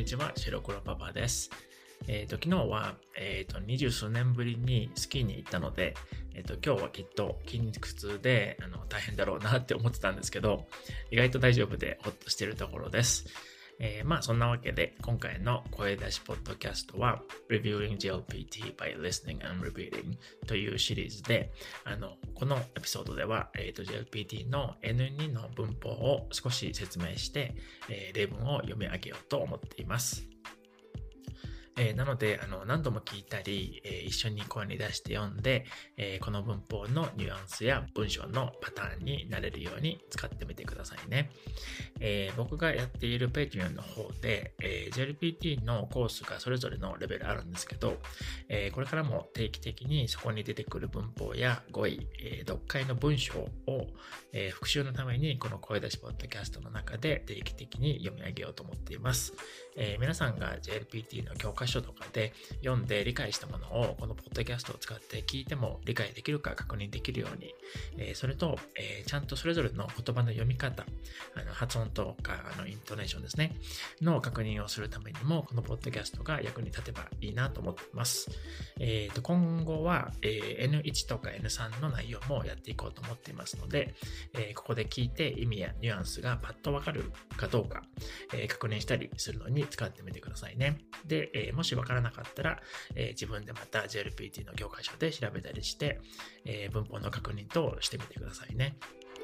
にちは、白黒パパです。昨日は、20数年ぶりにスキーに行ったので、今日はきっと筋肉痛で大変だろうなって思ってたんですけど、意外と大丈夫でほっとしているところです。そんなわけで今回の声出しポッドキャストは Reviewing JLPT by Listening and Repeating というシリーズでこのエピソードでは、JLPT の N2 の文法を少し説明して、例文を読み上げようと思っています。なので何度も聞いたり、一緒に声に出して読んで、この文法のニュアンスや文章のパターンになれるように使ってみてくださいね。僕がやっている Patreon の方で、JLPT のコースがそれぞれのレベルあるんですけど、これからも定期的にそこに出てくる文法や語彙、読解の文章を、復習のためにこの声出しポッドキャストの中で定期的に読み上げようと思っています。皆さんが JLPT の教科書とかで読んで理解したものをこのポッドキャストを使って聞いても理解できるか確認できるように、それと、ちゃんとそれぞれの言葉の読み方、発音とかイントネーションですねの確認をするためにもこのポッドキャストが役に立てばいいなと思っています。今後は、N1 とか N3 の内容もやっていこうと思っていますので、ここで聞いて意味やニュアンスがパッとわかるかどうか、確認したりするのに使ってみてくださいね。で、もしわからなかったら、自分でまた JLPT の教科書で調べたりして、文法の確認としてみてくださいね。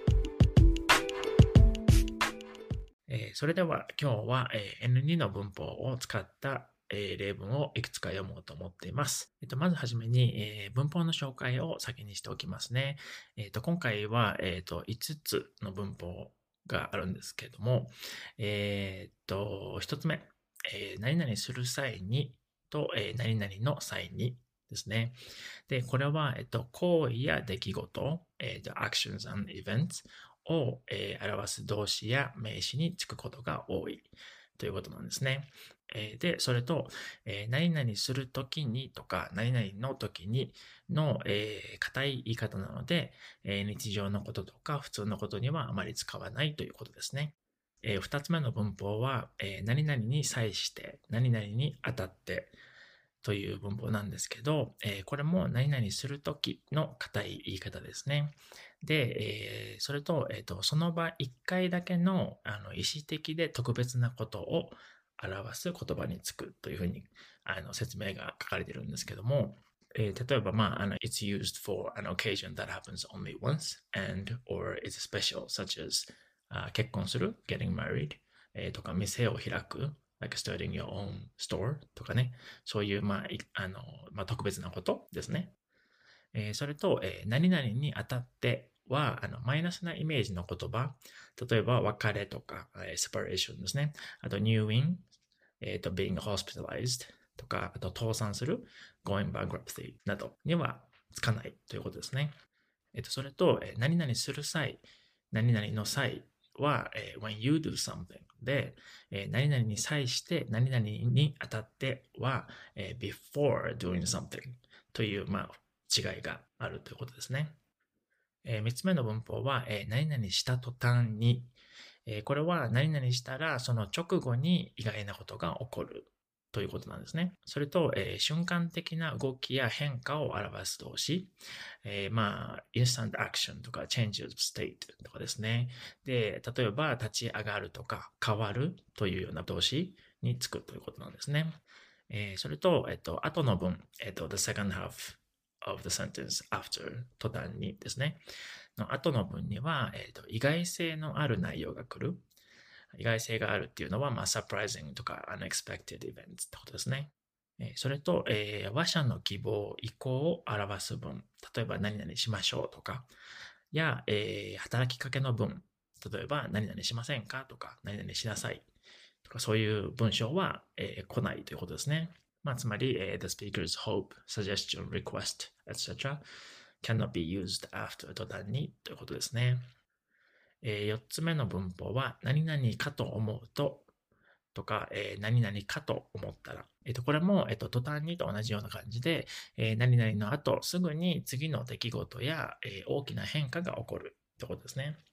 それでは今日は N2 の文法を使った例文をいくつか読もうと思っています。まずはじめに文法の紹介を先にしておきますね。今回は5つの文法があるんですけれども、1つ目、何々する際にと、何々の際にですね。で、これは、行為や出来事、actions and events を、表す動詞や名詞につくことが多いということなんですね。で、それと、何々するときにとか、何々のときにの、硬い言い方なので、日常のこととか普通のことにはあまり使わないということですね。2つ目の文法は、何々に際して、何々にあたってという文法なんですけど、これも何々するときの硬い言い方ですね。で、それと、その場1回だけの意思的で特別なことを表す言葉につくというふうに説明が書かれているんですけども、例えば、it's used for an occasion that happens only once and or is special, such as 結婚する getting married、とか店を開く like starting your own store とかね、そういう、特別なことですね。それと、何々にあたってはマイナスなイメージの言葉、例えば別れとか、separation ですね。あと入院、being hospitalized とか、あと倒産する going bankruptcy などにはつかないということですね。それと、何々する際、何々の際は、when you do something で、何々に際して何々にあたっては、before doing something という、違いがあるということですね。3つ目の文法は、何々した途端に、これは何々したらその直後に意外なことが起こるということなんですね。それと、瞬間的な動きや変化を表す動詞、instant action とか change of state とかですね。で、例えば立ち上がるとか変わるというような動詞につくということなんですね。それと、後の文、the second half of the sentence after 途端にですね。の後の文には、意外性のある内容が来る。意外性があるっていうのは、surprising とか unexpected events ってことですね。それと、話者の希望、意向を表す文。例えば、何々しましょうとか、や、働きかけの文。例えば、何々しませんかとか、何々しなさいとか、そういう文章は、来ないということですね。つまり、the speaker's hope, suggestion, request, etc. cannot be used after 途端にということですね。4つ目の文法は、何々かと思うととか、何々かと思ったら。これも、途端にと同じような感じで、何々の後、すぐに次の出来事や、大きな変化が起こるってことですね。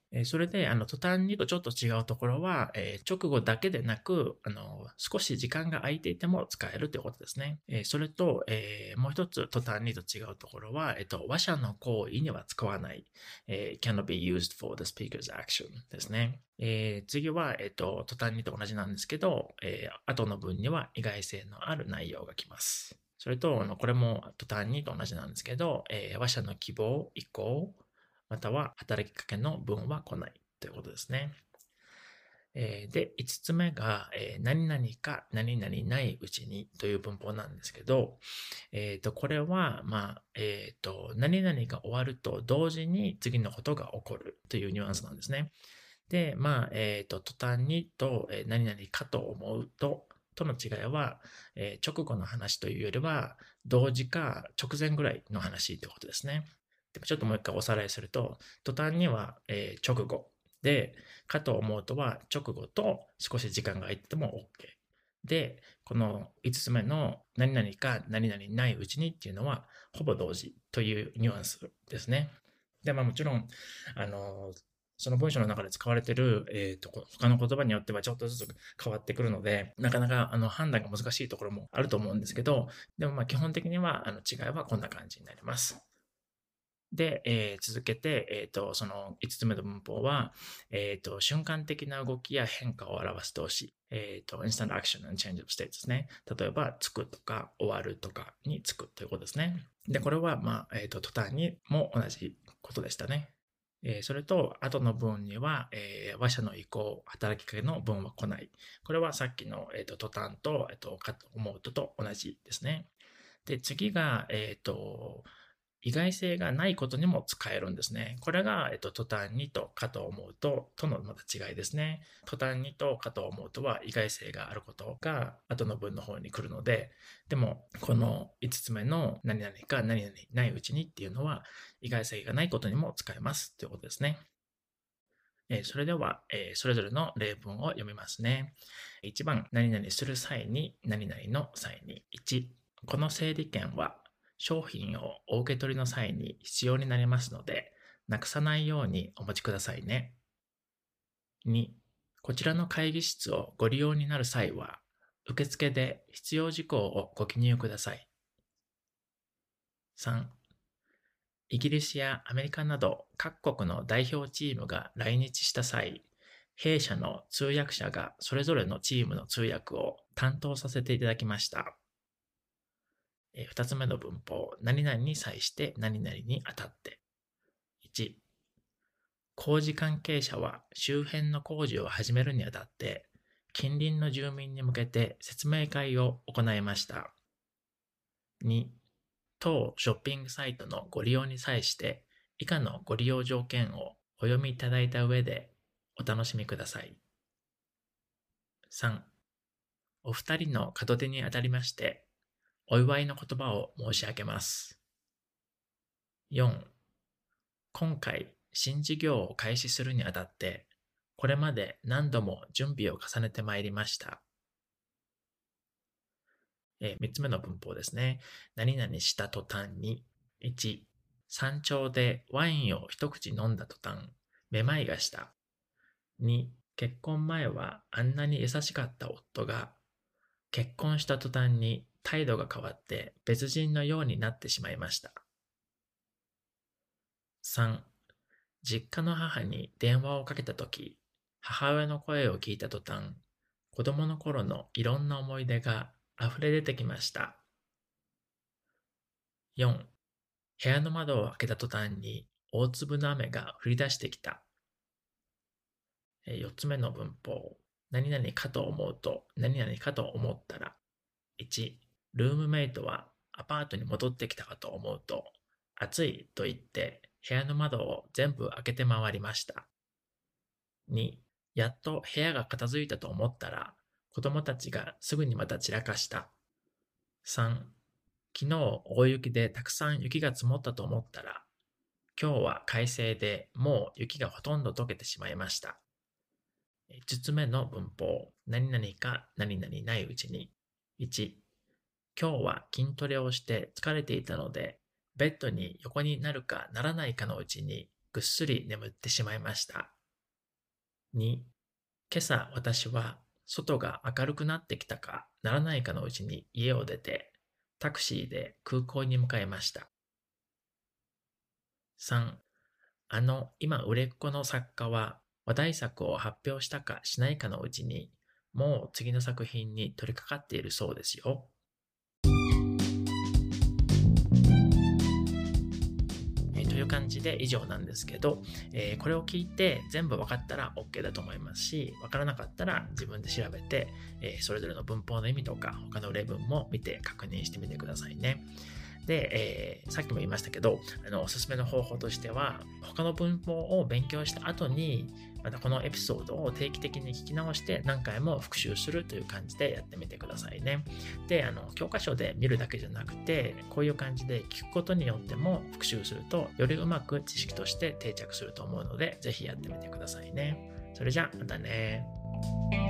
それで、途端にとちょっと違うところは、直後だけでなく、少し時間が空いていても使えるということですね。それと、もう一つ途端にと違うところは、話者の行為には使わない、cannot be used for the speaker's action ですね。次は、途端にと同じなんですけど、後の文には意外性のある内容が来ます。それと、これも途端にと同じなんですけど、話者の希望、意向、または働きかけの文は来ないということですね。で、5つ目が、何々か何々ないうちにという文法なんですけど、これは、何々が終わると同時に次のことが起こるというニュアンスなんですね。で、途端にと、何々かと思うとの違いは、直後の話というよりは、同時か直前ぐらいの話ということですね。でちょっともう一回おさらいすると、途端には、直後。で、かと思うとは直後と少し時間が空いてても OK。で、この5つ目の何々か何々ないうちにっていうのは、ほぼ同時というニュアンスですね。で、もちろん、その文章の中で使われている、他の言葉によってはちょっとずつ変わってくるので、なかなか判断が難しいところもあると思うんですけど、でも基本的には違いはこんな感じになります。で、続けて、その5つ目の文法は、瞬間的な動きや変化を表す動詞、instant action and change of state ですね。例えば、つくとか、終わるとかにつくということですね。で、これは、途端にも同じことでしたね。それと、後の文には、話者の意向、働きかけの文は来ない。これはさっきの、途端と、かと思うと同じですね。で、次が、意外性がないことにも使えるんですね。これが、途端にとかと思うとのまた違いですね。途端にとかと思うとは意外性があることが後の文の方に来るので、でも、この5つ目の何々か何々ないうちにっていうのは意外性がないことにも使えますということですね。それでは、それぞれの例文を読みますね。1番、何々する際に、何々の際に。1、この整理券は商品をお受け取りの際に必要になりますので、なくさないようにお持ちくださいね。2、こちらの会議室をご利用になる際は、受付で必要事項をご記入ください。3、イギリスやアメリカなど各国の代表チームが来日した際、弊社の通訳者がそれぞれのチームの通訳を担当させていただきました。2つ目の文法、何々に際して何々にあたって。1、工事関係者は周辺の工事を始めるにあたって、近隣の住民に向けて説明会を行いました。2、当ショッピングサイトのご利用に際して、以下のご利用条件をお読みいただいた上でお楽しみください。3、お二人の門出にあたりまして、お祝いの言葉を申し上げます。4、今回、新事業を開始するにあたって、これまで何度も準備を重ねてまいりました。3つ目の文法ですね。何々した途端に。1、山頂でワインを一口飲んだ途端、めまいがした。2、結婚前はあんなに優しかった夫が、結婚した途端に態度が変わって別人のようになってしまいました。3、実家の母に電話をかけたとき、母親の声を聞いた途端、子供の頃のいろんな思い出が溢れ出てきました。4、部屋の窓を開けた途端に大粒の雨が降り出してきた。4つ目の文法。何々かと思うと、何々かと思ったら。1、ルームメイトはアパートに戻ってきたかと思うと、暑いと言って部屋の窓を全部開けて回りました。2、やっと部屋が片付いたと思ったら、子供たちがすぐにまた散らかした。3、昨日大雪でたくさん雪が積もったと思ったら、今日は快晴でもう雪がほとんど溶けてしまいました。5つ目の文法、何々か何々ないうちに。1、今日は筋トレをして疲れていたので、ベッドに横になるかならないかのうちにぐっすり眠ってしまいました。 2、今朝私は外が明るくなってきたかならないかのうちに家を出て、タクシーで空港に向かいました。3、今売れっ子の作家は話題作を発表したかしないかのうちに、もう次の作品に取り掛かっているそうですよ。という感じで以上なんですけど、これを聞いて全部分かったら OK だと思いますし、分からなかったら自分で調べて、それぞれの文法の意味とか他の例文も見て確認してみてくださいね。で、さっきも言いましたけど、おすすめの方法としては、他の文法を勉強した後に、またこのエピソードを定期的に聞き直して何回も復習するという感じでやってみてくださいね。で、教科書で見るだけじゃなくて、こういう感じで聞くことによっても復習すると、よりうまく知識として定着すると思うので、ぜひやってみてくださいね。それじゃあ、またね。